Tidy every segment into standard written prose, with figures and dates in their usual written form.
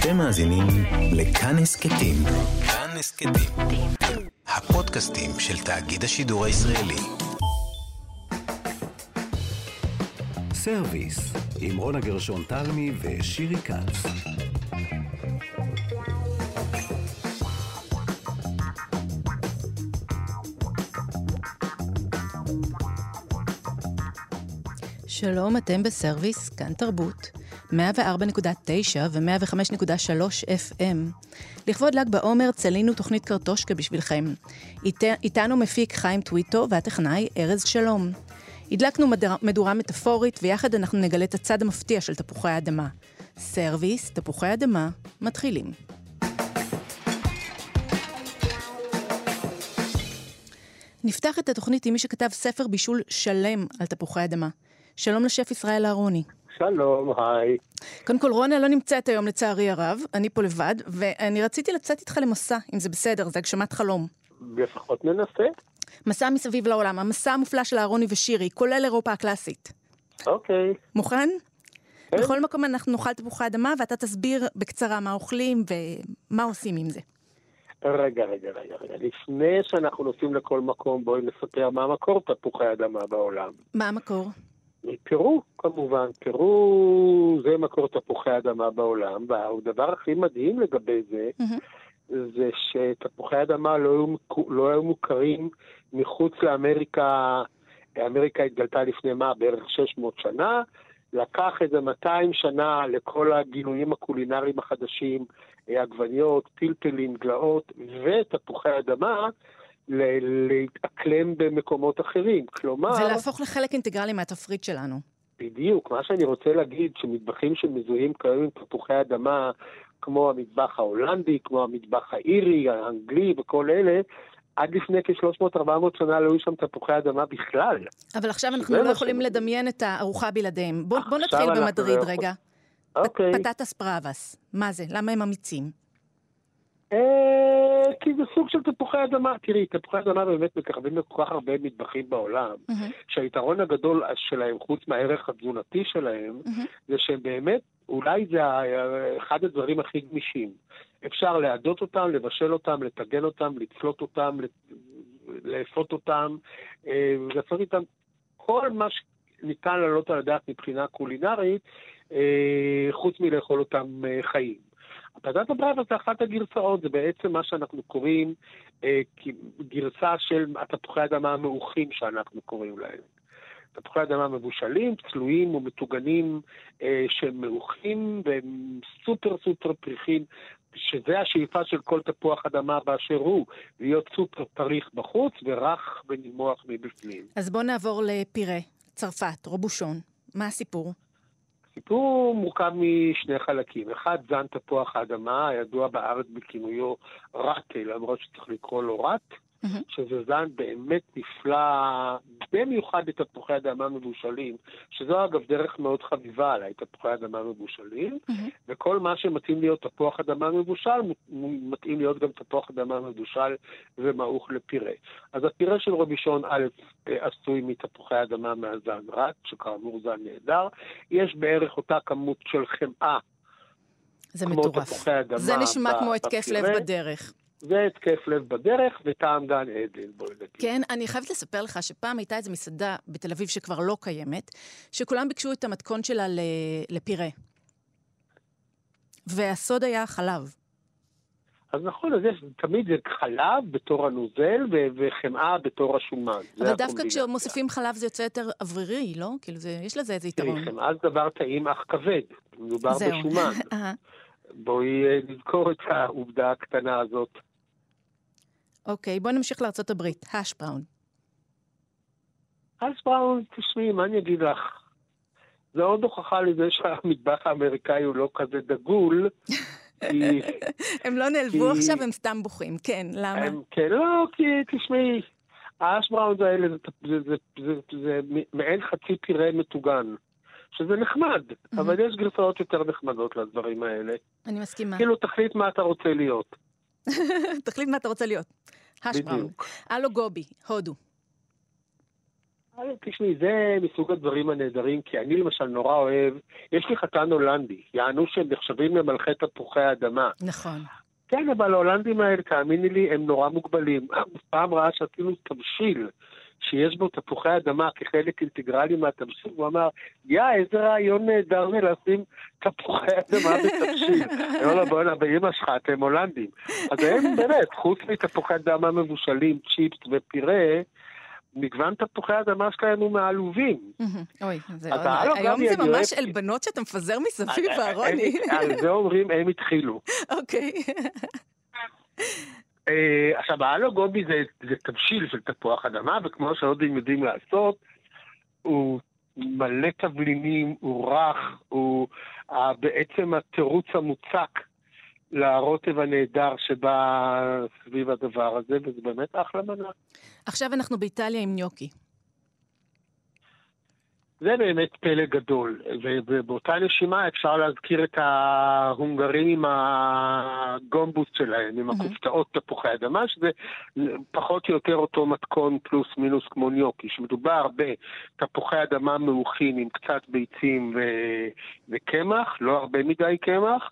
אתם מאזינים לכאן הסכתים. כאן הסכתים. הפודקאסטים של תאגיד השידור הישראלי. סרוויס, עם רונה גרשון תלמי ושירי כץ. שלום, אתם בסרוויס, כאן תרבות, 104.9 ו-105.3 FM. לכבוד ל"ג בעומר צלינו תוכנית קרטושקה בשבילכם. איתנו מפיק חיים טוויטו והטכנאי ארז שלום. הדלקנו מדורה מטאפורית ויחד אנחנו נגלה את הצד המפתיע של תפוחי האדמה. סרוויס, תפוחי אדמה, מתחילים. נפתח את התוכנית עם מי שכתב ספר בישול שלם על תפוחי אדמה. שלום לשף ישראל אהרוני. שלום, היי. קודם כל, רונה לא נמצאת היום לצערי הרב, אני פה לבד, ואני רציתי לצאת איתך למסע, אם זה בסדר, זה הגשמת חלום. לפחות ננסה. מסע מסביב לעולם, המסע המופלא של אהרוני ושירי, כולל אירופה הקלאסית. אוקיי. מוכן? כן. בכל מקום אנחנו נאכל תפוחי אדמה, ואתה תסביר בקצרה מה אוכלים ומה עושים עם זה. רגע. לפני שאנחנו נוסעים לכל מקום, בואי נספר מה מקור תפוחי אדמה בעולם. מה המקור? מפרו, כמובן. פרו זה מקור תפוחי אדמה בעולם, והדבר הכי מדהים לגבי זה, זה שתפוחי אדמה לא היו מוכרים מחוץ לאמריקה. אמריקה התגלתה לפני בערך 600 שנה, לקח איזה 200 שנה לכל הגילויים הקולינריים החדשים, עגבניות, פלפלים, גלאות ותפוחי אדמה, להתאקלם במקומות אחרים. כלומר... ולהפוך לחלק אינטגרלי מהתפריט שלנו. בדיוק. מה שאני רוצה להגיד, שמטבחים שמזוהים כיום עם תפוחי אדמה, כמו המטבח ההולנדי, כמו המטבח האירי, האנגלי וכל אלה, עד לפני כ-300-400 שנה לא היו שם תפוחי אדמה בכלל. אבל עכשיו אנחנו לא יכולים לדמיין את הארוחה בלעדיהם. בוא נתחיל במדריד רגע. פטטס בראבס. מה זה? למה הם אמיצים? כי זה סוג של תפוחי אדמה. תראי, תפוחי אדמה באמת מקרבים לכל כך הרבה מטבחים בעולם, שהיתרון הגדול שלהם, חוץ מהערך התזונתי שלהם, זה שהם באמת, אולי זה אחד הדברים הכי גמישים. אפשר לעדות אותם, לבשל אותם, לטגן אותם, לצלות אותם, לאפות אותם, לעשות איתם כל מה שניתן לעלות על הדעת מבחינה קולינרית, חוץ מלאכול אותם חיים. הפטטס בראבס זה אחת הגרסאות, זה בעצם מה שאנחנו קוראים גרסה של התפוחי אדמה המעוכים שאנחנו קוראים להם. תפוחי אדמה מבושלים, צלויים ומטוגנים שהם מעוכים והם סופר פריחים, שזה השאיפה של כל תפוח אדמה באשר הוא, להיות סופר פריך בחוץ ורך ונמוח מבפנים. אז בוא נעבור לפירה, צרפת, רובושון. מה הסיפור? הסיפור מורכב משני חלקים. אחד, זן תפוח האדמה, הידוע בארץ בכינויו רט, למרות שצריך לקרוא לו רט, שזה זן באמת נפלא, במיוחד לתפוחי אדמה מבושלים, שזו אגב דרך מאוד חביבה עליי, תפוחי אדמה מבושלים, וכל מה שמתאים להיות תפוח אדמה מבושל, מתאים להיות גם תפוח אדמה מבושל ומעוך לפירה. אז הפירה של רובושון א' עשוי מתפוחי אדמה מהזן רט, שכאמור זן נהדר, יש בערך אותה כמות של חמאה, זה מטורף. זה נשמע כמו התקף לב בדרך. זה התקף לב בדרך, וטעם גן עדן, בואי נגיד. כן, אני חייבת לספר לך שפעם הייתה איזו מסעדה בתל אביב שכבר לא קיימת, שכולם ביקשו את המתכון שלה לפירה. והסוד היה חלב. אז נכון, אז תמיד זה חלב בתור הנוזל, וחמאה בתור השומן. אבל דווקא כשמוסיפים חלב זה יוצא יותר אוורירי, לא? כאילו יש לזה איזה יתרון. תראי, חמאה זה דבר טעים אך כבד. מדובר בשומן. בואי נזכור את העובדה הקטנה הזאת. אוקיי, בוא נמשיך לארצות הברית. האש בראון. האש בראון, תשמעי, מה אני אגיד לך? זה עוד הוכחה לזה שהמטבח האמריקאי הוא לא כזה דגול. הם לא נעלבו עכשיו, הם סתם בוכים. כן, למה? כן, לא, כי תשמעי, האש בראון זה מעין חצי פירה מטוגן. שזה נחמד, אבל יש גרסאות יותר נחמדות לדברים האלה. אני מסכימה. כאילו, תחליט מה אתה רוצה להיות. תחליט מה אתה רוצה להיות. האש בראון. אלו גובי, הודו. תשמעי, זה מסוג הדברים הנהדרים, כי אני למשל נורא אוהב, יש לי חתן הולנדי, יענו שהם נחשבים למלכי תפוחי האדמה. נכון. כן, אבל ההולנדים האלה, תאמיני לי, הם נורא מוגבלים. פעם ראה שעשינו תבשיל, שיש בו תפוחי אדמה כחלק אינטגרלי מהתבשיל, הוא אמר, איזה רעיון נהדר לשים תפוחי אדמה בתבשיל. לא, לא, בואי באמא שלך, אתם הולנדים. אז הם באמת, חוץ מתפוחי אדמה מבושלים, צ'יפס ופירה, מגוון תפוחי האדמה שלהם הוא מעלובים. אוי, היום זה ממש אלבנות שאתה מפזר מסביב, אהרוני. על זה אומרים, הם התחילו. אוקיי. עכשיו, האלו גובי זה תבשיל של תפוח אדמה, וכמו שהודים יודעים לעשות, הוא מלא תבלינים, הוא רך, הוא בעצם התירוץ המוצק לרוטב הנהדר שבא סביב הדבר הזה, וזה באמת אחלה מנה. עכשיו אנחנו באיטליה עם ניוקי. זה באמת פלא גדול, ובאותה נשימה אפשר להזכיר את ההונגרים עם הגומבוס שלהם, עם הכופתאות תפוחי אדמה, שזה פחות או יותר אותו מתכון פלוס מינוס כמו ניוקי, שמדובר בתפוחי אדמה מעוכים עם קצת ביצים וקמח, לא הרבה מדי קמח,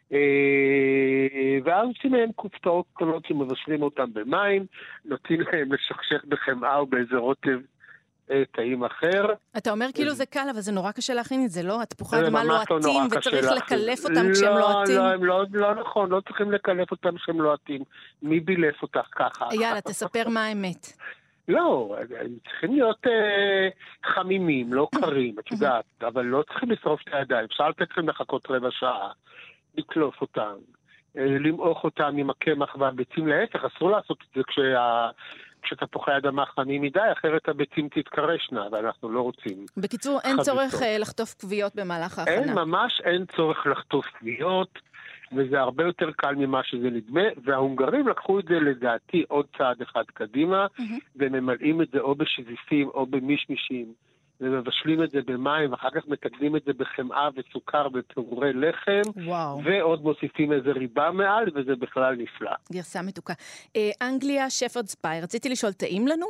ואז עושים להם כופתאות קטנות שמבשלים אותם במים, נותנים להם לשכשך בחמאה או באיזה רוטב טעים אחר. אתה אומר כאילו זה קל, אבל זה נורא קשה להכין את זה, לא? התפוחי אדמה לוהטים וצריך לקלף אותם כשהם לוהטים. לא נכון, לא צריכים לקלף אותם כשהם לוהטים. מי בילף אותך ככה? יאללה, תספר מה האמת. לא, הם צריכים להיות חמימים, לא קרים, את יודעת, אבל לא צריכים לשרוף את הידיים. אפשר לתת להם לחכות רבע שעה, לקלוף אותם, למעוך אותם עם הקמח והביצים. להפך, אסור לעשות את זה כשתפוחי אדמה חמים מדי, אחרת הביצים תתקרשנה, ואנחנו לא רוצים. בקיצור, אין צורך לחטוף כוויות במהלך ההכנה. אין, ממש אין צורך לחטוף כוויות, וזה הרבה יותר קל ממה שזה נדמה, וההונגרים לקחו את זה לדעתי עוד צעד אחד קדימה, וממלאים את זה או בשזיפים או במישמישים, ומבשלים את זה במים, ואחר כך מתקדים את זה בחמאה וסוכר ופירורי לחם, ועוד מוסיפים איזה ריבה מעל, וזה בכלל נפלא. גרסה מתוקה. אנגליה, שפרדס פאי, רציתי לשאול, טעים לנו?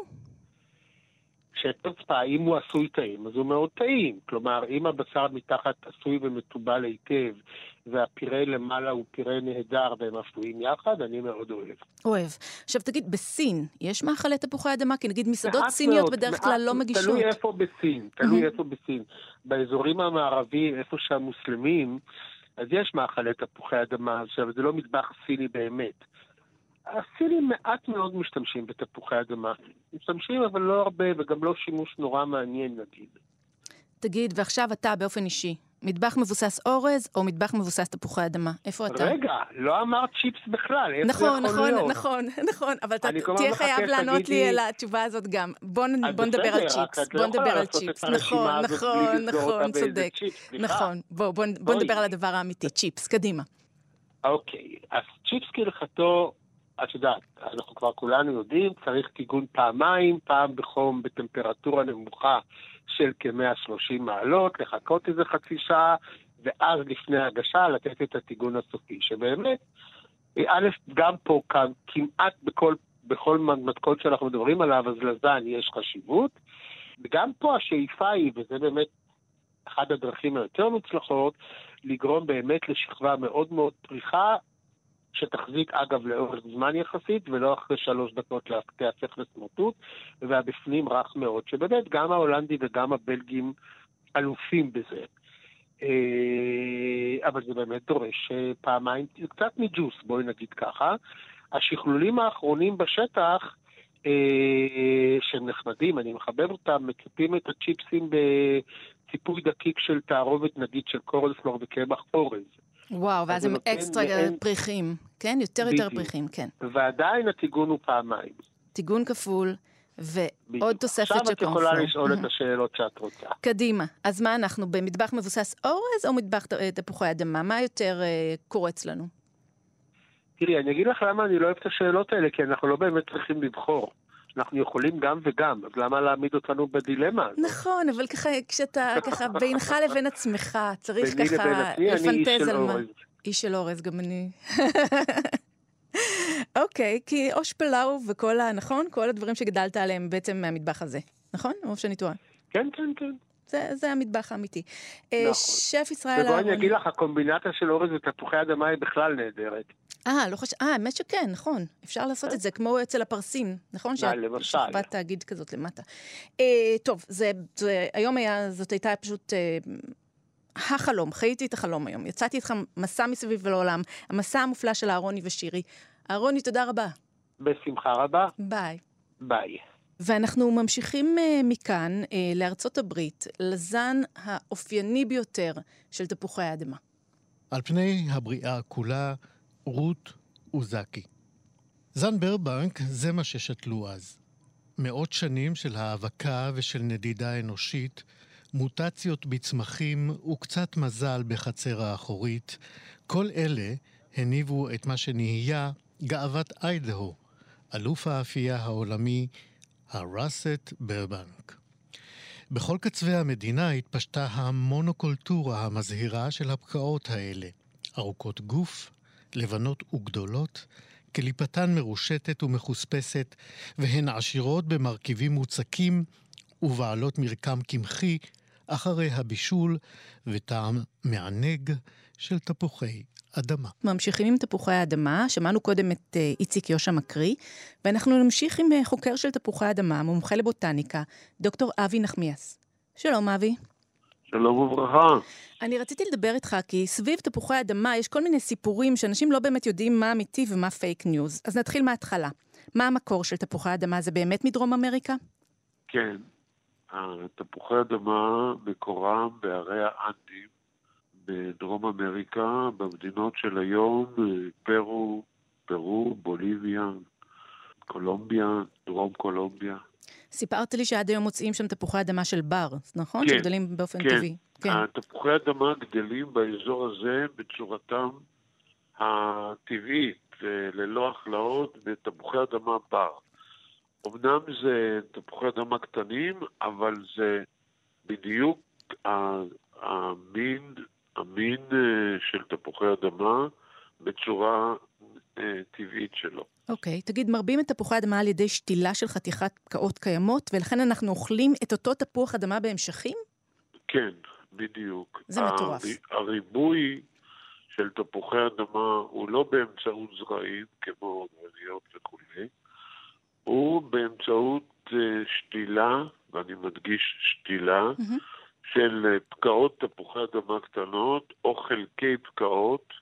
שפרדס פאי, אם הוא עשוי טעים, אז הוא מאוד טעים. כלומר, אם הבשר מתחת עשוי ומטובל היטב, והפירה למעלה הוא פירה נהדר, והם אפויים יחד, אני מאוד אוהב. אוהב. עכשיו תגיד, בסין, יש מאכלי תפוחי אדמה? כי נגיד מסעדות סיניות בדרך כלל לא מגישות. תלוי איפה בסין. באזורים המערביים, איפה שהמוסלמים, אז יש מאכלי תפוחי אדמה, עכשיו זה לא מטבח סיני באמת. הסינים מעט מאוד משתמשים בתפוחי אדמה. משתמשים אבל לא הרבה, וגם לא שימוש נורא מעניין נגיד. תגיד, ועכשיו אתה באופן אישי, מטבח מבוסס אורז או מטבח מבוסס תפוחי אדמה? איפה אתה? רגע, לא אמרת צ'יפס בכלל. נכון, אבל אתה תהיה חייב לענות לי על התשובה הזאת גם. בוא נדבר על צ'יפס. נכון, צודק. נכון, בוא נדבר על הדבר האמיתי, צ'יפס, קדימה. אוקיי, אז צ'יפס כהלכתו, את יודעת, אנחנו כבר כולנו יודעים, צריך טיגון פעמיים, פעם בחום בטמפרטורה נמוכה של כ-130 מעלות, לחכות איזה חצי שעה, ואז לפני הגשה לתת את הטיגון הסופי, שבאמת, א', גם פה כמעט בכל מתכון שאנחנו מדברים עליו, אז לזן יש חשיבות, וגם פה השאיפה היא, וזה באמת אחד הדרכים היותר מוצלחות, לגרום באמת לשכבה מאוד מאוד פריחה, שתחזיק אגב לאורך זמן יחסית, ולא אחרי 3 דקות תהפך לסמרטוט, והבפנים רך מאוד, שבאמת גם ההולנדי וגם הבלגים אלופים בזה. אבל זה באמת דורש פעמיים, קצת מג'וס, בואי נגיד ככה. השכלולים האחרונים בשטח, שהם נחמדים, אני מחבב אותם, מקפים את הצ'יפסים בציפוי דקיק של תערובת, נגיד של קורנפלור וקמח אורז. וואו, ואז הם אקסטרה פריחים, כן? יותר פריחים, כן. ועדיין הטיגון הוא פעמיים. טיגון כפול, ועוד תוספת של קורנפלור. עכשיו את יכולה לשאול את השאלות שאת רוצה. קדימה, אז מה אנחנו, במטבח מבוסס אורז או מטבח תפוחי אדמה? מה יותר קורץ לנו? תראי, אני אגיד לך למה אני לא אוהב את השאלות האלה, כי אנחנו לא באמת צריכים לבחור. אנחנו יכולים גם וגם, אז למה להעמיד אותנו בדילמה? נכון, אבל כשאתה ככה בינך לבין עצמך, צריך ככה לפנטז על מה. איש של אורז, גם אני. אוקיי, כי אוש פלאו וכל נכון? כל הדברים שגדלת עליהם בעצם מהמטבח הזה. נכון? או שאני טועה? כן, כן, כן. זה המטבח האמיתי. נכון. שף ישראל אהרוני. ובואי אני אגיד לך, הקומבינציה של אורז ותפוחי אדמה היא בכלל נהדרת. לא חושב, האמת שכן, נכון. אפשר לעשות את זה כמו אצל הפרסים, נכון? למשל. שכבת תאגיד כזאת למטה. טוב, היום זאת הייתה פשוט החלום, חייתי את החלום היום. יצאתי איתך מסע מסביב לעולם, המסע המופלא של אהרוני ושירי. אהרוני, תודה רבה. בשמחה רבה. ביי. ביי. ואנחנו ממשיכים מכאן לארצות הברית, לזן האופייני ביותר של תפוחי האדמה. על פני הבריאה כולה, רות וזקי. זן ברבנק זה מה ששתלו אז. מאות שנים של האבקה ושל נדידה אנושית, מוטציות בצמחים וקצת מזל בחצר האחורית, כל אלה הניבו את מה שנהיה גאוות איידהו, אלוף האפייה העולמי, הרסט ברבנק. בכל קצווי המדינה התפשטה המונוקולטורה המזהירה של הפקעות האלה. ארוכות גוף, לבנות וגדולות, קליפתן מרושטת ומחוספסת, והן עשירות במרכיבים מוצקים ובעלות מרקם קמחי אחרי הבישול וטעם מענג של תפוחי אדמה. ממשיכים עם תפוחי האדמה, שמענו קודם את איציק יושע מקריא, ואנחנו נמשיך עם חוקר של תפוחי האדמה, מומחה לבוטניקה, דוקטור אבי נחמיאס. שלום אבי. שלום וברכה. אני רציתי לדבר איתך, כי סביב תפוחי האדמה יש כל מיני סיפורים שאנשים לא באמת יודעים מה אמיתי ומה פייק ניוז. אז נתחיל מההתחלה. מה המקור של תפוחי האדמה? זה באמת מדרום אמריקה? כן. תפוחי אדמה מקורם בערי האנדים, בדרום אמריקה, במדינות של היום, פרו, בוליביה, קולומביה, דרום קולומביה. סיפרת לי שעד היום מוצאים שם תפוחי אדמה של בר, נכון? כן, שגדלים באופן טבעי. כן. התפוחי אדמה גדלים באזור הזה בצורתם הטבעית, ללא החלאות, בתפוחי אדמה בר. אמנם זה תפוחי אדמה קטנים, אבל זה בדיוק המין של תפוחי אדמה בצורה טבעית שלו. אוקיי, תגיד, מרבים את תפוחי אדמה על ידי שתילה של חתיכת פקעות קיימות, ולכן אנחנו אוכלים את אותו תפוח אדמה בהמשכים? כן, בדיוק. זה מטורף. הריבוי של תפוחי אדמה הוא לא באמצעות זרעים, כמו עגבניות וכו', הוא באמצעות שתילה, ואני מדגיש שתילה, של פקעות תפוחי אדמה קטנות, או חלקי פקעות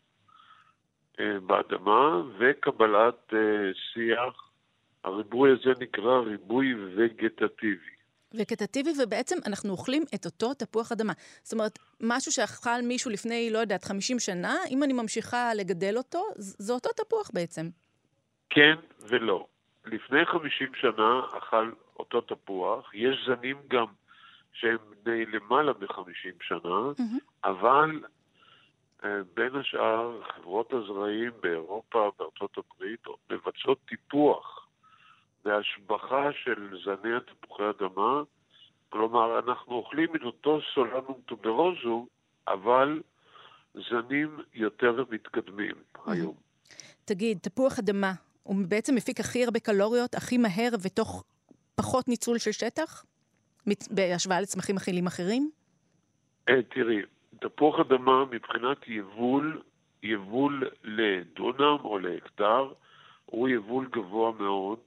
באדמה, וקבלת שיח. הריבוי הזה נקרא ריבוי וגטטיבי. וגטטיבי, ובעצם אנחנו אוכלים את אותו תפוח אדמה. זאת אומרת, משהו שאכל מישהו לפני, לא יודעת, 50 שנה, אם אני ממשיכה לגדל אותו, זה אותו תפוח בעצם. כן ולא. לפני 50 שנה אכל אותו תפוח, יש זנים גם שהם בני למעלה מ-50 שנה, אבל בין השאר חברות הזרעים באירופה, בארצות הברית, מבצעות טיפוח והשבחה של זני התפוחי אדמה, כלומר אנחנו אוכלים את אותו סולנום טוברוזו, אבל זנים יותר מתקדמים היום. תגיד, תפוח אדמה, הוא בעצם מפיק הכי הרבה קלוריות, הכי מהר ותוך פחות ניצול של שטח? בהשוואה לצמחים אכילים אחרים? תראי, תפוח אדמה מבחינת יבול לדונם או להקטר, הוא יבול גבוה מאוד.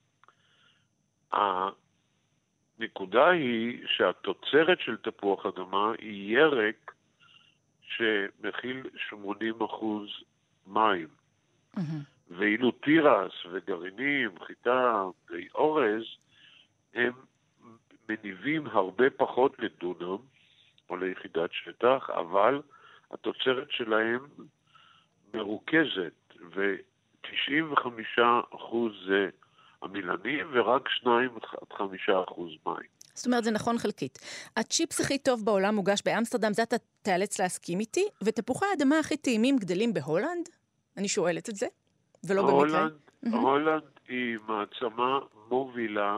הנקודה היא שהתוצרת של תפוח אדמה היא ירק שמכיל 80% מים. ואילו תירס וגרעינים, חיטה ואורז, הם מניבים הרבה פחות לדונם או ליחידת שטח, אבל התוצרת שלהם מרוכזת, ו-95% זה המילנים, ורק 2-5% מים. זאת אומרת, זה נכון חלקית. הצ'יפס הכי טוב בעולם מוגש באמסטרדם, זה אתה תיאלץ להסכים איתי, ותפוחי האדמה הכי טעימים גדלים בהולנד? אני שואלת את זה, ולא במקרה. הולנד היא מעצמה מובילה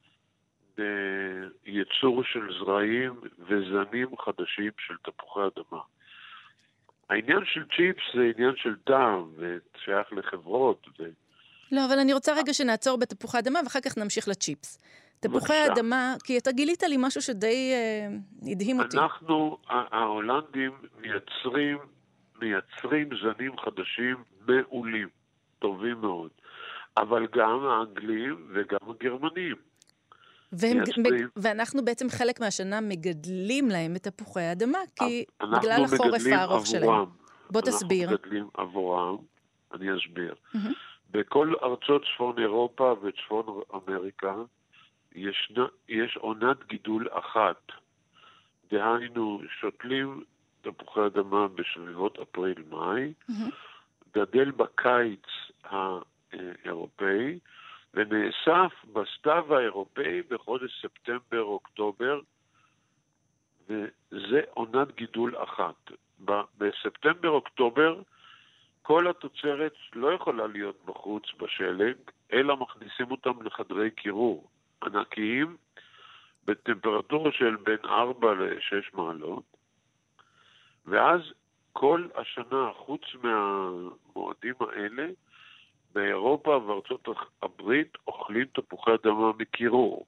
בייצור של זרעים וזנים חדשים של תפוחי אדמה. העניין של צ'יפס זה עניין של טעם, ושייך לחברות. לא, אבל אני רוצה רגע שנעצור בתפוחי אדמה, ואחר כך נמשיך לצ'יפס. תפוחי האדמה, כי אתה גילית לי משהו שדי הדהים אותי. אנחנו, ההולנדים, מייצרים זנים חדשים מעולים, טובים מאוד. אבל גם האנגלים וגם הגרמנים. ואנחנו בעצם חלק מהשנה מגדלים להם את תפוחי האדמה, כי בגלל החורף הארוך שלהם. בוא תסביר. אנחנו מגדלים עבורם, אני אסביר. בכל ארצות צפון אירופה וצפון אמריקה, יש עונת גידול אחת. דהיינו, שותלים תפוחי אדמה בסביבות אפריל-מאי, גדל בקיץ האירופאי, ונאסף בסתיו האירופאי בחודש ספטמבר-אוקטובר, וזה עונת גידול אחת. בספטמבר-אוקטובר כל התוצרת לא יכולה להיות בחוץ בשלג, אלא מכניסים אותם לחדרי קירור ענקיים, בטמפרטורה של בין 4 ל-6 מעלות, ואז כל השנה, חוץ מהמועדים האלה, באירופה וארצות הברית אוכלים תפוחי אדמה מקירור.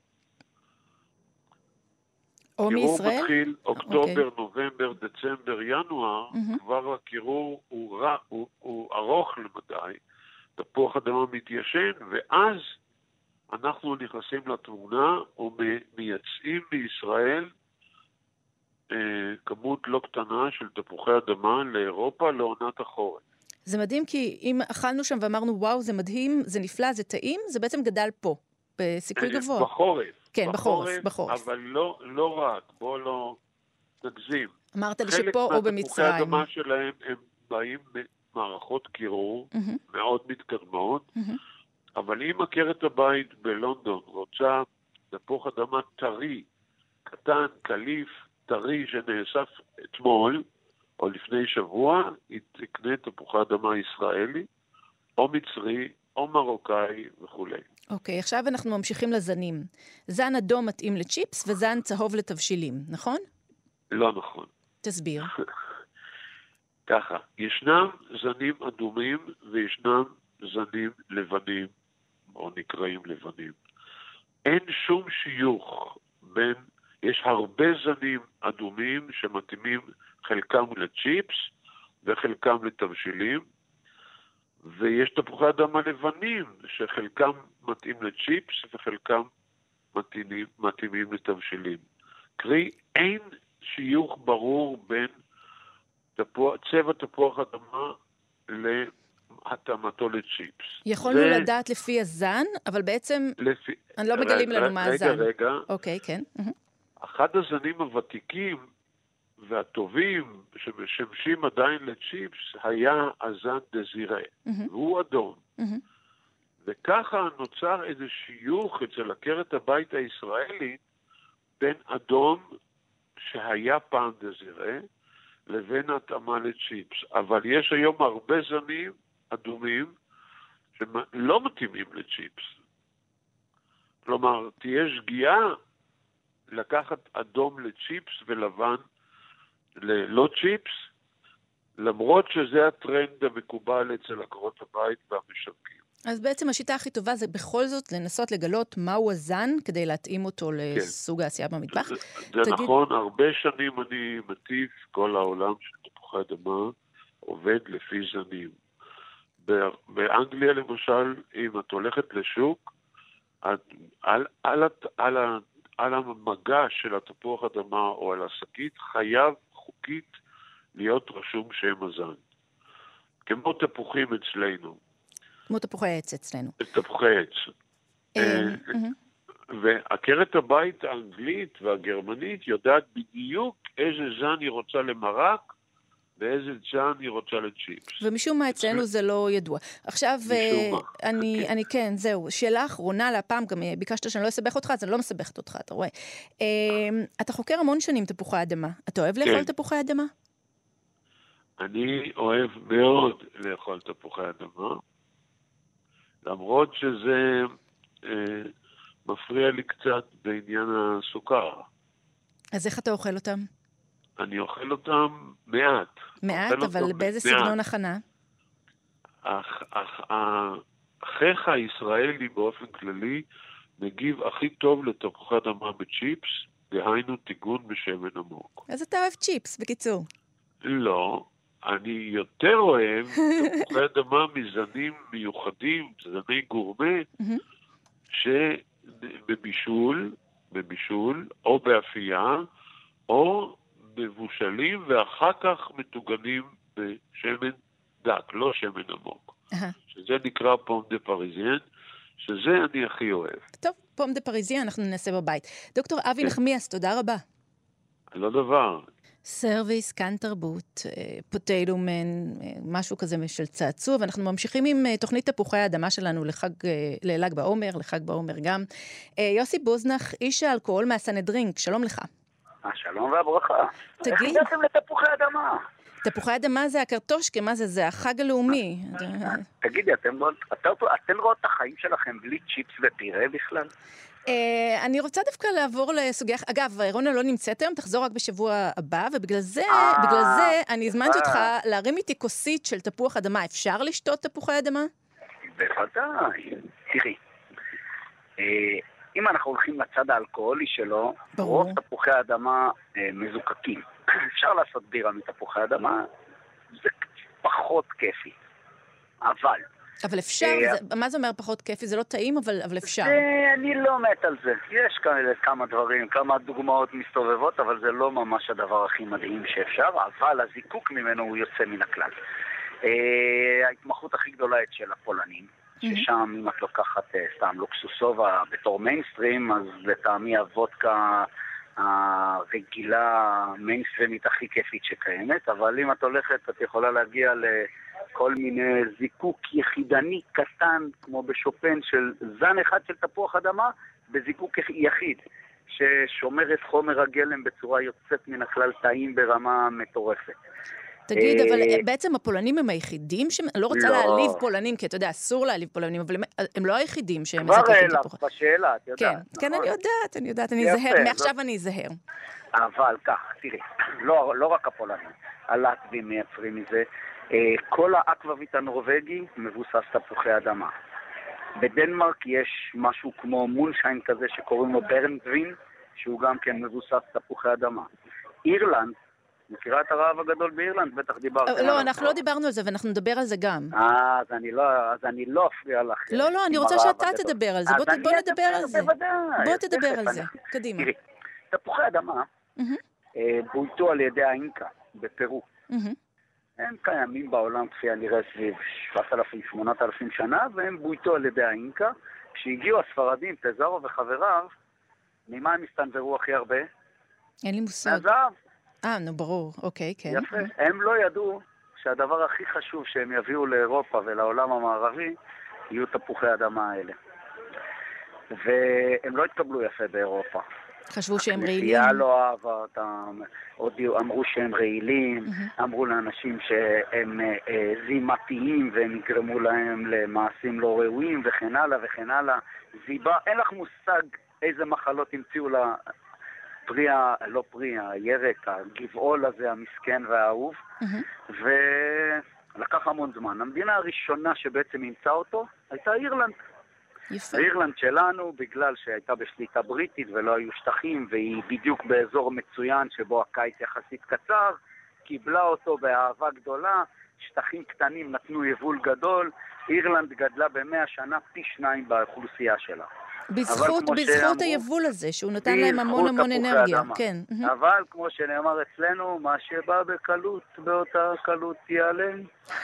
או מישראל? קירור מתחיל אוקטובר, נובמבר, דצמבר, ינואר, כבר הקירור הוא ארוך למדי, תפוח אדמה מתיישן, ואז אנחנו נכנסים לתמונה ומייצאים מישראל כמות לא קטנה של תפוחי אדמה לאירופה לעונת החורף. זה מדהים, כי אם אכלנו שם ואמרנו, וואו, זה מדהים, זה נפלא, זה טעים, זה בעצם גדל פה, בסיכוי גבוה. בחורף. כן, בחורף. אבל לא רק, בוא לא נגזים. אמרת לי שפה או במצרים. חלק מהתפוחי אדמה שלהם הם באים במערכות קירור מאוד מתקדמות, אבל אם עקרת הבית בלונדון רוצה תפוח אדמה טרי, קטן, קליף, טרי שנאסף אתמול, או לפני שבוע, היא תקנה תפוחי אדמה ישראלי, או מצרי, או מרוקאי וכו'. אוקיי, עכשיו אנחנו ממשיכים לזנים. זן אדום מתאים לצ'יפס, וזן צהוב לתבשילים, נכון? לא נכון. תסביר. ככה, ישנם זנים אדומים, וישנם זנים לבנים, או נקראים לבנים. אין שום שיוך בין, יש הרבה זנים אדומים שמתאימים חלקם לצ'יפס וחלקם לתבשילים, ויש תפוחי אדמה לבנים שחלקם מתאים לצ'יפס וחלקם מתאימים לתבשילים. קרי, אין שיוך ברור בין צבע תפוח אדמה להתאמתו לצ'יפס. יכולנו לדעת לפי הזן, אבל בעצם אני לא מגלים לנו מה הזן. רגע. אוקיי, כן. אחד הזנים הוותיקים והטובים שמשמשים עדיין לצ'יפס היה הזן דזירה, והוא אדום. וככה נוצר איזה שיוך אצל עקרת הבית הישראלית בין אדום שהיה פעם דזירה לבין התאמה לצ'יפס. אבל יש היום הרבה זנים אדומים שלא מתאימים לצ'יפס. כלומר, תהיה שגיאה לקחת אדום לצ'יפס ולבן ללא צ'יפס, למרות שזה הטרנד המקובל אצל עקרות הבית והמשווקים. אז בעצם השיטה הכי טובה זה בכל זאת לנסות לגלות מהו הזן כדי להתאים אותו לסוג העשייה במטבח. זה נכון, הרבה שנים אני מטיף, כל העולם של תפוחי אדמה עובד לפי זנים. באנגליה למשל, אם את הולכת לשוק, על המגע של התפוח אדמה או על השקית חייב חוקית להיות רשום שם הזן. כמו תפוחים אצלנו. כמו תפוחי עץ אצלנו. תפוחי עץ. ועקרת הבית האנגלית והגרמנית יודעת בדיוק איזה זן היא רוצה למרק, ואיזה זן היא רוצה לצ'יפס. ומשום מה אצלנו זה לא ידוע. עכשיו, אני כן, זהו. שאלה אחרונה להפעם, גם ביקשת שאני לא אסבך אותך, אז אני לא מסבכת אותך, אתה רואה. אתה חוקר המון שנים תפוחי אדמה. אתה אוהב לאכול תפוחי אדמה? אני אוהב מאוד לאכול תפוחי אדמה, למרות שזה מפריע לי קצת בעניין הסוכר. אז איך אתה אוכל אותם? אני אוכל אותם מעט. מעט, אבל באיזה סגנון הכנה? החך הישראלי באופן כללי מגיב הכי טוב לתפוחי אדמה בצ'יפס, דהיינו טיגון בשמן עמוק. אז אתה אוהב צ'יפס, בקיצור. לא. אני יותר אוהב תפוחי אדמה מזנים מיוחדים, זני גורמה, בבישול, או באפייה, או מבושלים, ואחר כך מטוגנים בשמן דק, לא שמן עמוק. שזה נקרא פום דה פריזיין, שזה אני הכי אוהב. טוב, פום דה פריזיין אנחנו ננסה בבית. דוקטור אבי נחמיאס, תודה רבה. לא דבר. סרוויס, כאן תרבות, פוטטו מן, משהו כזה של צעצוע, ואנחנו ממשיכים עם תוכנית תפוחי האדמה שלנו לל"ג בעומר, לחג בעומר גם. יוסי בוזנח, איש האלכוהול מהסנהדרין, שלום לך. שלום והברכה. תגיד. איך הגעתם לתפוחי אדמה? תפוחי אדמה זה הקרטושקה, מה זה? זה החג הלאומי. תגידי, אתם רואות את החיים שלכם בלי צ'יפס ופירה בכלל? אני רוצה דווקא לעבור לסוגיה... אגב, רונה לא נמצאת היום, תחזור רק בשבוע הבא, ובגלל זה אני הזמנתי אותך להרים איתי כוסית של תפוח אדמה. אפשר לשתות תפוחי אדמה? בוודאי. תראי, אם אנחנו הולכים לצד האלכוהולי שלו, רוב תפוחי האדמה מזוקקים. אפשר לעשות בירה מתפוחי אדמה, זה פחות כיפי. אבל אפשר, מה זה אומר פחות כיפי? זה לא טעים, אבל אפשר. אני לא מת על זה. יש כאלה כמה דברים, כמה דוגמאות מסתובבות, אבל זה לא ממש הדבר הכי מדהים שאפשר, אבל הזיקוק ממנו הוא יוצא מן הכלל. ההתמחות הכי גדולה היא של הפולנים, ששם אם את לוקחת סתם לוקסוסובה בתור מיינסטרים, אז לטעמי הוודקה הרגילה מיינסטרימית הכי כיפית שקיימת, אבל אם את הולכת את יכולה להגיע כל מיני זיקוק יחידני קטן, כמו בשופן של זן אחד של תפוח אדמה, בזיקוק יחיד, ששומר את חומר הגלם בצורה יוצאת מן הכלל טעים ברמה מטורפת. תגיד, אבל בעצם הפולנים הם היחידים, לא רוצה להעליב פולנים, כי אתה יודע, אסור להעליב פולנים, אבל הם לא היחידים שהם מזקקים תפוח. כבר בשאלה, את יודעת. כן, אני יודעת, אני אזהר, מעכשיו אני אזהר. אבל כך, תראי, לא רק הפולנים, הלטבים מייצרים מזה, כל האקוואביט הנורווגי מבוסס תפוחי אדמה. בדנמרק יש משהו כמו מונשיין כזה שקוראים לו ברנדווין, שהוא גם כן מבוסס תפוחי אדמה. אירלנד, מכירה את הרעב הגדול באירלנד? בטח דיברתם עליו. לא, אנחנו לא דיברנו על זה, ואנחנו נדבר על זה גם. אז אני לא אפריע לך. לא, אני רוצה שאתה תדבר על זה. בוא נדבר על זה. בוא תדבר על זה. קדימה. תראי, תפוחי אדמה בויתו על ידי האינקה בפרו. הם קיימים בעולם כפי הנראה סביב 7,000-8,000 שנה, והם בויתו על ידי האינקה. כשהגיעו הספרדים, פזארו וחבריו, ממה הם הסתנוורו הכי הרבה? אין לי מושג. מהזהב. נו ברור, אוקיי, כן. יפה. הם לא ידעו שהדבר הכי חשוב שהם יביאו לאירופה ולעולם המערבי, יהיו תפוחי אדמה האלה. והם לא התקבלו יפה באירופה. חשבו שהם רעילים. הכנסייה לא אהבה אותם, אמרו שהם רעילים, אמרו לאנשים שהם זימתיים והם יגרמו להם למעשים לא ראויים וכן הלאה וכן הלאה. זיבה, אין לך מושג איזה מחלות המציאו לה לא פרי, הירק, הגבעול הזה, המסכן והאהוב, ולקח המון זמן. המדינה הראשונה שבעצם נמצא אותו הייתה אירלנד. יפה. אירלנד שלנו, בגלל שהייתה בשליטה בריטית ולא היו שטחים, והיא בדיוק באזור מצוין שבו הקיץ יחסית קצר, קיבלה אותו באהבה גדולה, שטחים קטנים נתנו יבול גדול, אירלנד גדלה ב100 שנה פי 2 באוכלוסייה שלה. בזכות היבול הזה, שהוא נתן להם המון אנרגיה. כן. אבל כמו שנאמר אצלנו, מה שבא בקלות, באותה קלות ייעלם.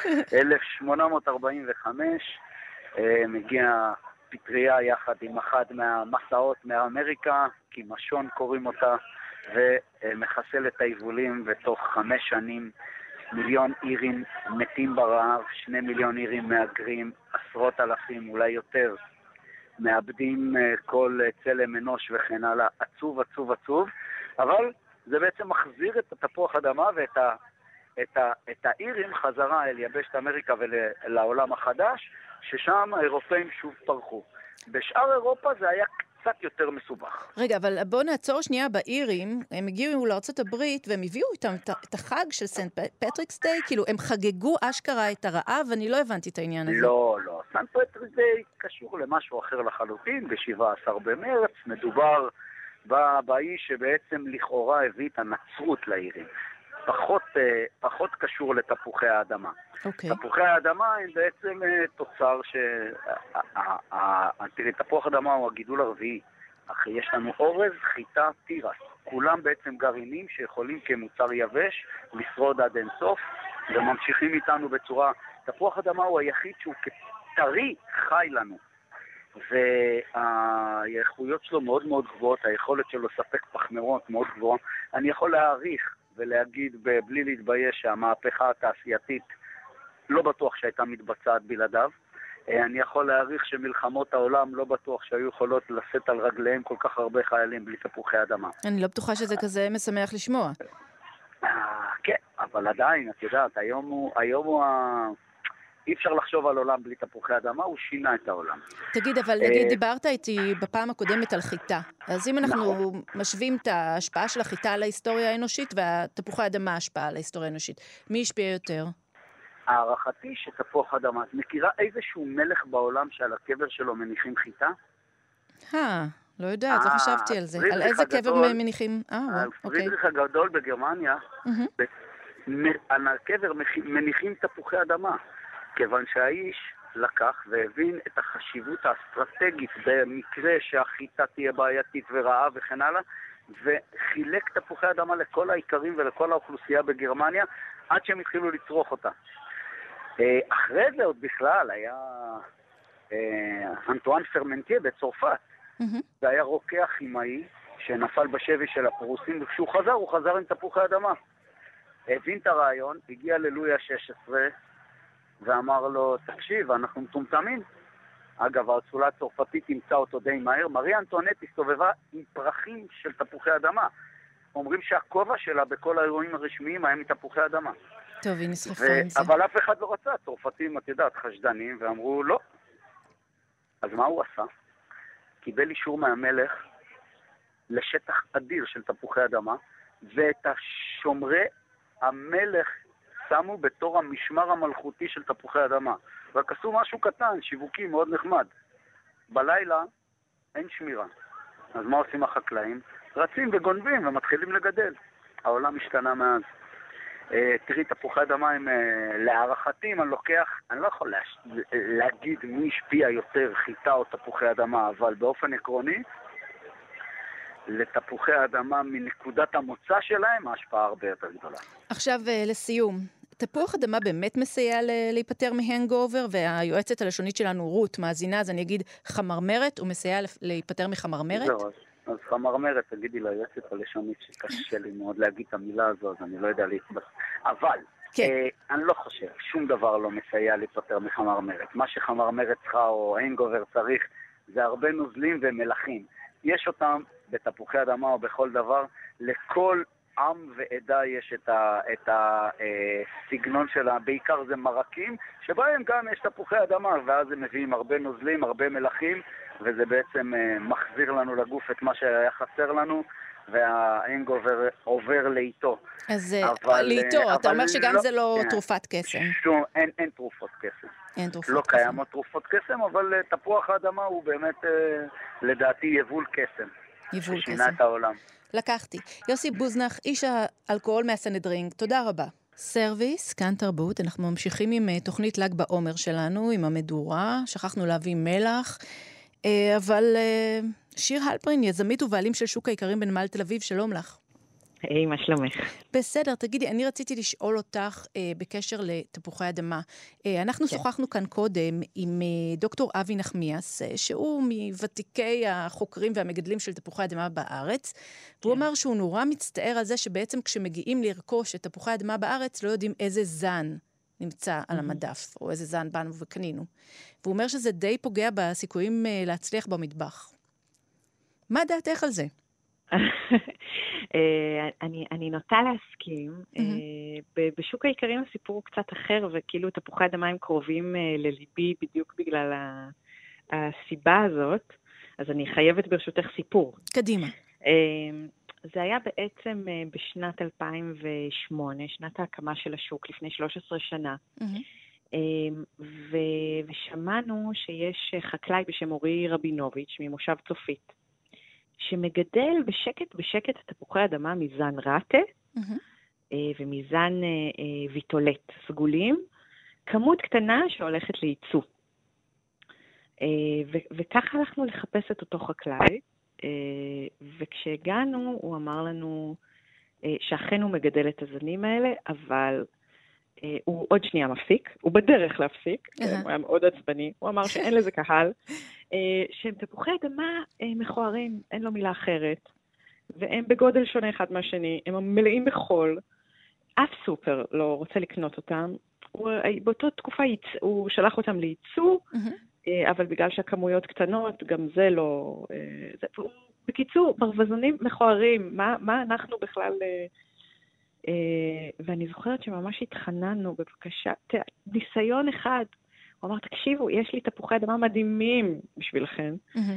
1845 מגיע פטריה יחד עם אחד מהמסעות מאמריקה, כמשון קוראים אותה, ומחסל את היבולים, ותוך 5 שנים 1,000,000 אירים מתים ברעב, 2 מיליון אירים מהגרים, 10,000 אולי יותר מאבדים כל צלם אנוש וכן הלאה. עצוב, עצוב, עצוב, אבל זה בעצם מחזיר את התפוח אדמה ואת האירים חזרה אל יבשת אמריקה ולעולם החדש, ששם האירופאים שוב פרחו. בשאר אירופה זה היה קצת יותר מסובך. רגע, אבל בואו נעצור שנייה באירים. הם הגיעו לארצות הברית והם הביאו איתם את החג של סנט פטריקס דיי, כאילו הם חגגו אשכרה את הרעב, ואני לא הבנתי את העניין הזה. לא, סן פטרי זה קשור למשהו אחר לחלוטין, ב-17 במרץ מדובר באיש שבעצם לכאורה הביא את הנצרות לעירים. פחות קשור לתפוחי האדמה. תפוחי האדמה הם בעצם תוצר תראי, תפוח אדמה הוא הגידול הרביעי. אחרי יש לנו אורז, חיטה, תירס. כולם בעצם גרעינים שיכולים כמוצר יבש לשרוד עד אין סוף, וממשיכים איתנו בצורה... תפוח אדמה הוא היחיד שהוא כטרי חי לנו. והאיכויות שלו מאוד מאוד גבוהות, היכולת שלו לספק פחמימות מאוד גבוהה. אני יכול להעריך ולהגיד בלי להתבייש שהמהפכה התעשייתית לא בטוח שהייתה מתבצעת בלעדיו. אני יכול להעריך שמלחמות העולם לא בטוח שהיו יכולות לשאת על רגליהם כל כך הרבה חיילים בלי תפוחי אדמה. אני לא בטוחה שזה כזה משמח לשמוע. כן, אבל עדיין, את יודעת, היום הוא אי אפשר לחשוב על עולם בלי תפוחי אדמה, הוא שינה את העולם. תגיד, אבל נגיד, דיברת איתי בפעם הקודמת על חיטה. אז אם אנחנו משווים את ההשפעה של החיטה על ההיסטוריה האנושית, והתפוחי אדמה ההשפעה על ההיסטוריה האנושית, מי ישפיע יותר? הערכתי שתפוח אדמה. את מכירה איזשהו מלך בעולם שעל הקבר שלו מניחים חיטה? לא יודעת, לא חשבתי על זה. על איזה קבר מניחים? על פרידריך הגדול בגרמניה, על הקבר מניחים תפוחי אדמה. כיוון שהאיש לקח והבין את החשיבות האסטרטגית במקרה שהחיטה תהיה בעייתית ורעה וכן הלאה, וחילק תפוחי אדמה לכל העיקרים ולכל האוכלוסייה בגרמניה, עד שהם התחילו לצרוך אותה. אחרי זה עוד בכלל היה אנטואן פרמנטיה בצרפת. זה היה רוקח כימאי שנפל בשבי של הפרוסים, וכשהוא חזר, הוא חזר עם תפוחי אדמה. הבין את הרעיון, הגיע ללואי ה-16, ואמר לו, תקשיב, אנחנו מטומטמים. אגב, האצולה הצרפתית תמצא אותו די מהר. מריה אנטואנט הסתובבה עם פרחים של תפוחי אדמה. אומרים שהכובע שלה בכל האירועים הרשמיים היה מתפוחי אדמה. טוב, היא נשרפה עם זה. אבל אף אחד לא רצה. הצרפתים, את יודעת, חשדנים, ואמרו לא. אז מה הוא עשה? קיבל אישור מהמלך לשטח אדיר של תפוחי אדמה, ואת השומרי המלך שמו בתור המשמר המלכותי של תפוחי אדמה. רק עשו משהו קטן, שיווקי מאוד נחמד. בלילה אין שמירה. אז מה עושים החקלאים? רצים וגונבים ומתחילים לגדל. העולם השתנה מאז. תראי, תפוחי אדמה הם להערכתים, אני לא יכול להגיד מי השפיע יותר, חיטה או תפוחי אדמה, אבל באופן עקרוני, לתפוחי האדמה מנקודת המוצא שלהם, ההשפעה הרבה יותר גדולה. עכשיו לסיום, תפוח אדמה באמת מסייע להיפטר מהנגאובר, והיועצת הלשונית שלנו רות מאזינה, אז אני אגיד חמרמרת, הוא מסייע להיפטר מחמרמרת? אז חמרמרת, תגידי ליועצת הלשונית שקשה לי מאוד להגיד את המילה הזו, אז אני לא יודע להתבס. אבל אני לא חושב, שום דבר לא מסייע להיפטר מחמרמרת. מה שחמרמרת צריכה או הנגאובר צריך, זה הרבה נוזלים ומלחים. יש אותם בתפוחי אדמה או בכל דבר, לכל עם ועדה יש את הסגנון שלה, בעיקר זה מרקים, שבהם גם יש תפוחי אדמה, ואז הם מביאים הרבה נוזלים, הרבה מלחים, וזה בעצם מחזיר לנו לגוף את מה שהיה חסר לנו, וההנגאובר עובר לאיתו. אז לאיתו, אתה אומר שגם זה לא תרופת קסם. אין תרופות קסם. לא קיימות תרופות קסם, אבל תפוח האדמה הוא באמת, לדעתי, יבול קסם. יבול ששינה את העולם. לקחתי. יוסי בוזנח, איש האלכוהול מהסנהדרין, תודה רבה. סרוויס, כאן תרבות, אנחנו ממשיכים עם תוכנית ל"ג בעומר שלנו, עם המדורה, שכחנו להביא מלח, אבל שיר הלפרין, יזמית ובעלים של שוק האיכרים בנמל תל אביב, שלום לך. היי, מה שלומך? בסדר, תגידי, אני רציתי לשאול אותך בקשר לתפוחי אדמה. אנחנו שוחחנו כאן קודם עם דוקטור אבי נחמיאס, שהוא מוותיקי החוקרים והמגדלים של תפוחי אדמה בארץ, והוא אמר שהוא נורא מצטער על זה שבעצם כשמגיעים לרכוש את תפוחי אדמה בארץ, לא יודעים איזה זן נמצא על המדף, או איזה זן באנו וקנינו. והוא אומר שזה די פוגע בסיכויים להצליח במטבח. מה דעתך על זה? אני נוטה להסכים. בשוק האיכרים הסיפור הוא קצת אחר, וכאילו תפוחי אדמה הם קרובים לליבי בדיוק בגלל הסיבה הזאת, אז אני חייבת ברשותך סיפור. קדימה. זה היה בעצם בשנת 2008, שנת ההקמה של השוק, לפני 13 שנה. ושמענו שיש חקלאי בשם אורי רבינוביץ' ממושב צופית, שמגדל בשקט בשקט תפוחי אדמה מזן רטה, ומזן ויטולט סגולים, כמות קטנה שהולכת לייצוא. וככה הלכנו לחפש את אותו חקלאי, וכשהגענו הוא אמר לנו שאכן הוא מגדל את הזנים האלה, אבל הוא עוד שנייה מפסיק, הוא בדרך להפסיק, הוא היה מאוד עצבני, הוא אמר שאין לזה קהל, שהם תפוחי אדמה מכוערים, אין לו מילה אחרת, והם בגודל שונה אחד מהשני, הם מלאים בחול, אף סופר לא רוצה לקנות אותם, באותה תקופה הוא שלח אותם לייצוא, אבל בגלל שהכמויות קטנות, גם זה לא... בקיצור, ברווזונים מכוערים, מה אנחנו בכלל... ואני זוכרת שממש התחננו, בבקשה, ניסיון אחד. הוא אמר, תקשיבו, יש לי תפוחי אדמה מדהימים בשבילכם.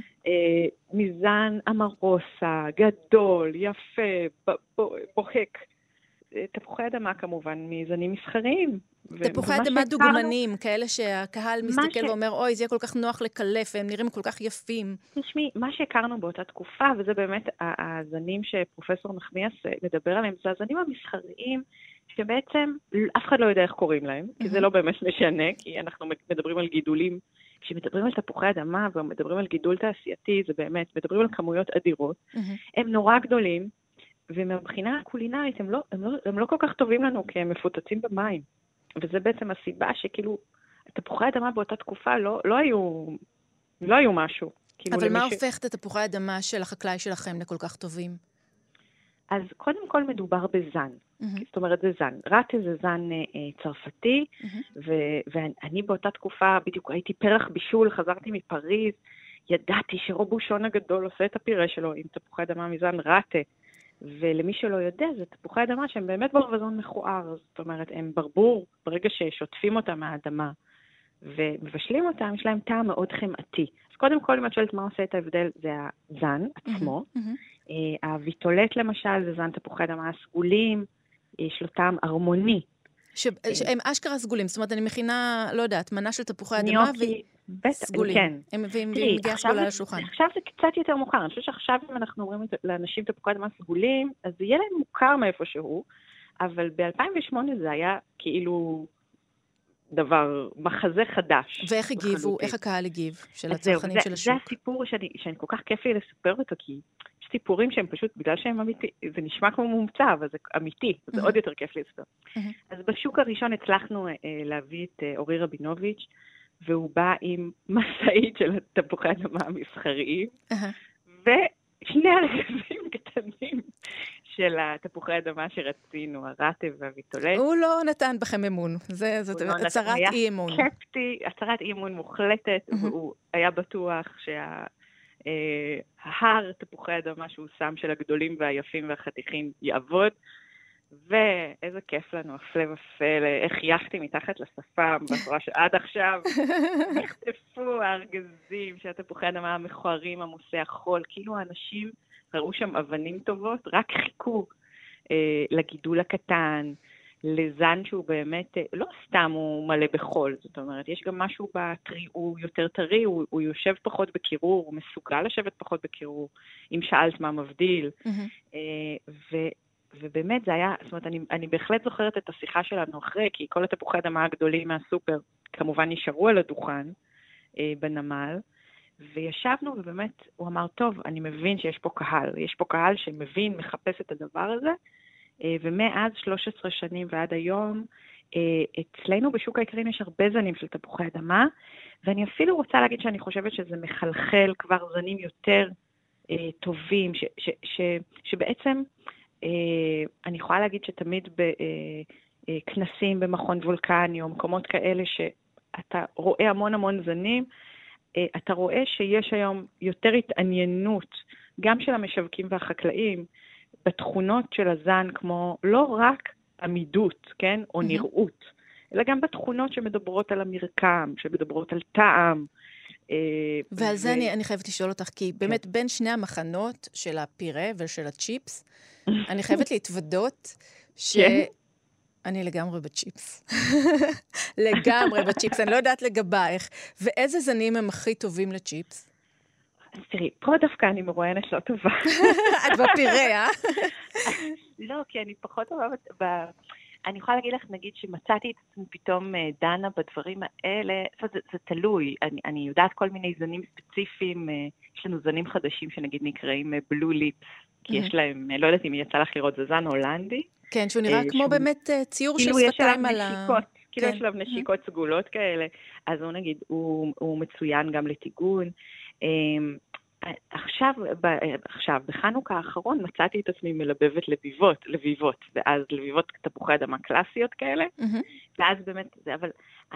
מזן אמרוסה, גדול, יפה, בוהק. תפוחי אדמה כמובן מזנים מסחריים. תפוחי אדמה דוגמנים, כאלה שהקהל מסתכל ואומר, אוי, זה יהיה כל כך נוח לקלף, והם נראים כל כך יפים. תשמעי, מה שהכרנו באותה תקופה, וזה באמת הזנים שפרופסור נחמיאס מדבר עליהם, זה הזנים המסחריים, שבעצם אף אחד לא יודע איך קוראים להם, כי זה לא באמת משנה, כי אנחנו מדברים על גידולים, כשמדברים על תפוחי אדמה ומדברים על גידול תעשייתי, זה באמת, מדברים על כמויות אדירות, הם נורא גדולים, ומבחינה הקולינרית הם לא כל כך טובים לנו, כי הם מפוצצים במים. וזה בעצם הסיבה שכאילו, תפוחי אדמה באותה תקופה לא היו משהו. אבל מה הופך את תפוחי האדמה של החקלאי שלכם לכל כך טובים? אז קודם כל מדובר בזן. זאת אומרת, זה זן. רטה זה זן צרפתי, ואני באותה תקופה בדיוק הייתי פרח בישול, חזרתי מפריז, ידעתי שרובושון הגדול עושה את הפירה שלו עם תפוחי אדמה מזן רטה. ולמי שלא יודע, זה תפוחי אדמה שהם באמת ברווזון מכוער, זאת אומרת, הם ברבור, ברגע ששוטפים אותם מהאדמה ומבשלים אותם, יש להם טעם מאוד חמאתי. אז קודם כל, אם את שואלת מה עושה את ההבדל, זה הזן עצמו. הוויטולט למשל, זה זן תפוחי אדמה הסגולים, יש לו טעם הרמוני. שהם אשכרה סגולים, זאת אומרת, אני מכינה, לא יודעת, מנה של תפוחי אדמה וסגולים. הם מגיעה סגולה לשולחן. עכשיו זה קצת יותר מוכר. אני חושבת שעכשיו אם אנחנו אומרים לאנשים תפוחי אדמה סגולים, אז זה יהיה להם מוכר מאיפה שהוא, אבל ב-2008 זה היה כאילו דבר, מחזה חדש. ואיך הגיבו, איך הקהל הגיב של הצרכנים של השוק? זה הסיפור שאני כל כך כיף לי לספר אותו, כי יש סיפורים שהם פשוט, בגלל שהם אמיתי, זה נשמע כמו מומצא, אבל זה אמיתי, זה עוד יותר כיף לי לספר. אז בשוק הראשון הצלחנו להביא את אורי רבינוביץ', והוא בא עם מסעית של תפוחי אדמה המסחריים, ושני ארגזים קטנים של התפוחי אדמה שרצינו, הרטה והוויטולט. הוא לא נתן בכם אמון, זאת הצהרת אי אמון. הוא היה סקפטי, הצהרת אי אמון מוחלטת, והוא היה בטוח ההר תפוחי אדמה שהוא שם של הגדולים והיפים והחתיכים יעבוד, ואיזה כיף לנו, הפלא ופלא, איך יחתי מתחת לשפם, בצורה שעד עכשיו נחטפו הארגזים של התפוחי אדמה המכוערים, עמוסי החול, כאילו האנשים ראו שם אבנים טובות, רק חיכו לגידול הקטן, לזן שהוא באמת, לא סתם הוא מלא בחול, זאת אומרת, יש גם משהו בטרי, הוא יותר טרי, הוא יושב פחות בקירור, הוא מסוגל לשבת פחות בקירור, אם שאלת מה מבדיל, ובאמת זה היה, זאת אומרת, אני בהחלט זוכרת את השיחה שלנו אחרי, כי כל התפוחי אדמה הגדולים מהסופר כמובן נשארו על הדוכן בנמל, וישבנו ובאמת הוא אמר, טוב, אני מבין שיש פה קהל, יש פה קהל שמבין, מחפש את הדבר הזה, ומאז 13 שנים ועד היום, אצלנו בשוק האיכרים יש הרבה זנים של תפוחי אדמה, ואני אפילו רוצה להגיד שאני חושבת שזה מחלחל כבר זנים יותר טובים, שבעצם אני יכולה להגיד שתמיד בכנסים במכון וולקני או מקומות כאלה שאתה רואה המון זנים, אתה רואה שיש היום יותר התעניינות גם של המשווקים והחקלאים בתכונות של הזן, כמו לא רק עמידות, כן, או נראות, אלא גם בתכונות שמדברות על המרקם, שמדברות על טעם. ועל זה אני חייבת לשאול אותך, כי באמת בין שני המחנות של הפירה ושל הצ'יפס, אני חייבת להתוודות אני לגמרי בצ'יפס. לגמרי בצ'יפס, אני לא יודעת לגבייך. ואיזה זנים הם הכי טובים לצ'יפס? אז תראי, פה דווקא אני מרואיינת לא טובה. את בפירה, לא, כי אני פחות טובה אני יכולה להגיד לך, נגיד, שמצאתי את עצמי פתאום דנה בדברים האלה, זה תלוי. אני יודעת כל מיני זנים ספציפיים, יש לנו זנים חדשים שנגיד נקראים בלו ליפס, כי יש להם, לא יודעת אם יצא לך לראות, זה זן הולנדי. כן, שהוא נראה כמו באמת ציור של שפתיים על ה... כאילו יש לו נשיקות סגולות כאלה, אז הוא נגיד, הוא מצוין גם לטיגון. עכשיו, בחנוכה האחרון מצאתי את עצמי מלבבת לביבות, ואז לביבות תפוחי אדמה קלאסיות כאלה, ואז באמת, אבל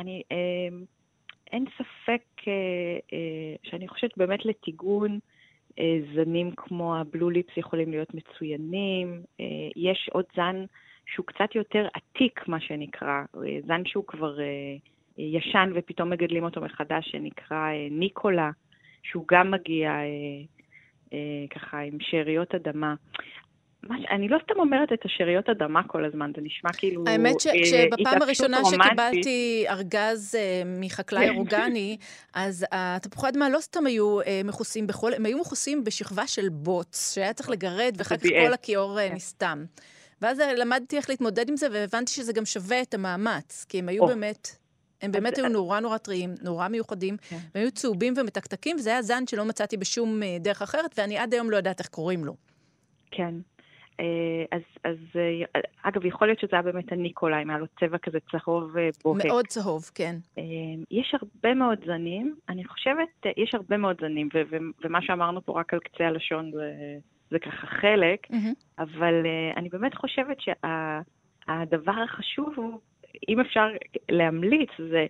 אין ספק שאני חושבת באמת לטיגון, זנים כמו הבלו ליפס יכולים להיות מצוינים, יש עוד זן שהוא קצת יותר עתיק, מה שנקרא, זן שהוא כבר ישן ופתאום מגדלים אותו מחדש, שנקרא ניקולה, שהוא גם מגיע ככה עם שאריות אדמה. אני לא סתם אומרת את השאריות אדמה כל הזמן, זה נשמע כאילו... האמת שבפעם הראשונה שקיבלתי ארגז מחקלאי אורגני, אז התפוחי אדמה לא סתם היו מכוסים בחול, הם היו מכוסים בשכבה של בוץ, שהיה צריך לגרד, ואחר כך כל הכיור נסתם. ואז למדתי איך להתמודד עם זה, והבנתי שזה גם שווה את המאמץ, כי הם היו באמת... הם באמת היו נורא טריים, נורא מיוחדים, והם היו צהובים ומתקתקים, וזה היה זן שלא מצאתי בשום דרך אחרת, ואני עד היום לא יודעת איך קוראים לו. כן. אז אגב, יכול להיות שזה היה באמת הניקולה, אם היה לו צבע כזה צהוב בוהק. מאוד צהוב, כן. יש הרבה מאוד זנים, אני חושבת, יש הרבה מאוד זנים, ומה שאמרנו פה רק על קצה הלשון זה ככה חלק, אבל אני באמת חושבת שהדבר החשוב הוא, אם אפשר להמליץ, זה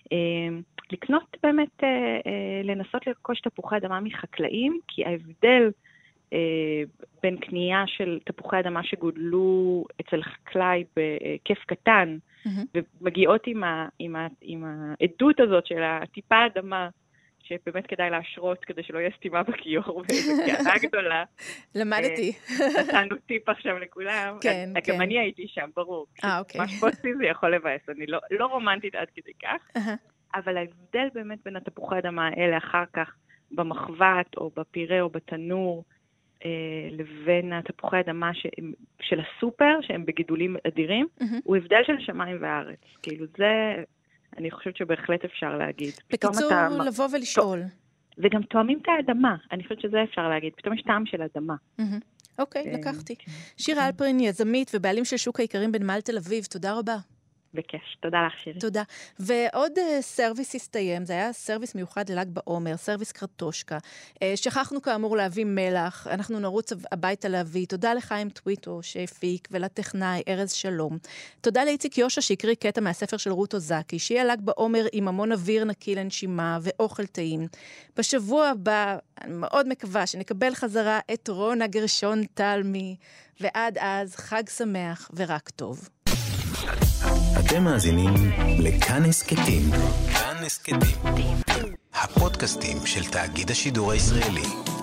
לקנות באמת, לנסות לרכוש תפוחי אדמה מחקלאים, כי ההבדל בין קנייה של תפוחי אדמה שגודלו אצל חקלאי בכיף קטן, ומגיעות עם העדות הזאת של הטיפה אדמה, שבאמת כדאי להשרות כדי שלא יהיה סתימה בכיור, ואיזו קערה גדולה. למדתי. נתנו טיפ עכשיו לכולם. כן, כן. גם אני הייתי שם, ברור. אוקיי. מה שפוסטי זה יכול לבאס, אני לא רומנטית עד כדי כך, אבל ההבדל באמת בין התפוחי אדמה האלה אחר כך, במחבת או בפירה או בתנור, לבין התפוחי אדמה של הסופר, שהם בגידולים אדירים, הוא הבדל של שמיים וארץ. כאילו זה... אני חושבת שבהחלט אפשר להגיד. בקיצור, לבוא ולשאול. וגם תואמים את האדמה. אני חושבת שזה אפשר להגיד. פתאום יש טעם של אדמה. אוקיי, לקחתי. שירה אלפרין, יזמית ובעלים של שוק האיכרים בנמל תל אביב. תודה רבה. בכיף. תודה לך, שירי. תודה. ועוד סרוויס הסתיים, זה היה סרוויס מיוחד לל"ג בעומר, סרוויס קרטושקה. שכחנו כאמור להביא מלח, אנחנו נרוץ הביתה להביא. תודה לחיים טוויטו שהפיק ולטכנאי ארז שלום. תודה לאיציק יושע שהקריא קטע מהספר של רות אוזקי, שיהיה ל"ג בעומר עם המון אוויר נקי לנשימה ואוכל טעים. בשבוע הבא, אני מאוד מקווה שנקבל חזרה את רונה גרשון תלמי, ועד אז חג שמח ורק טוב. אתם מאזינים לכאן הסכתים. כאן הסכתים. הפודקאסטים של תאגיד השידור הישראלי.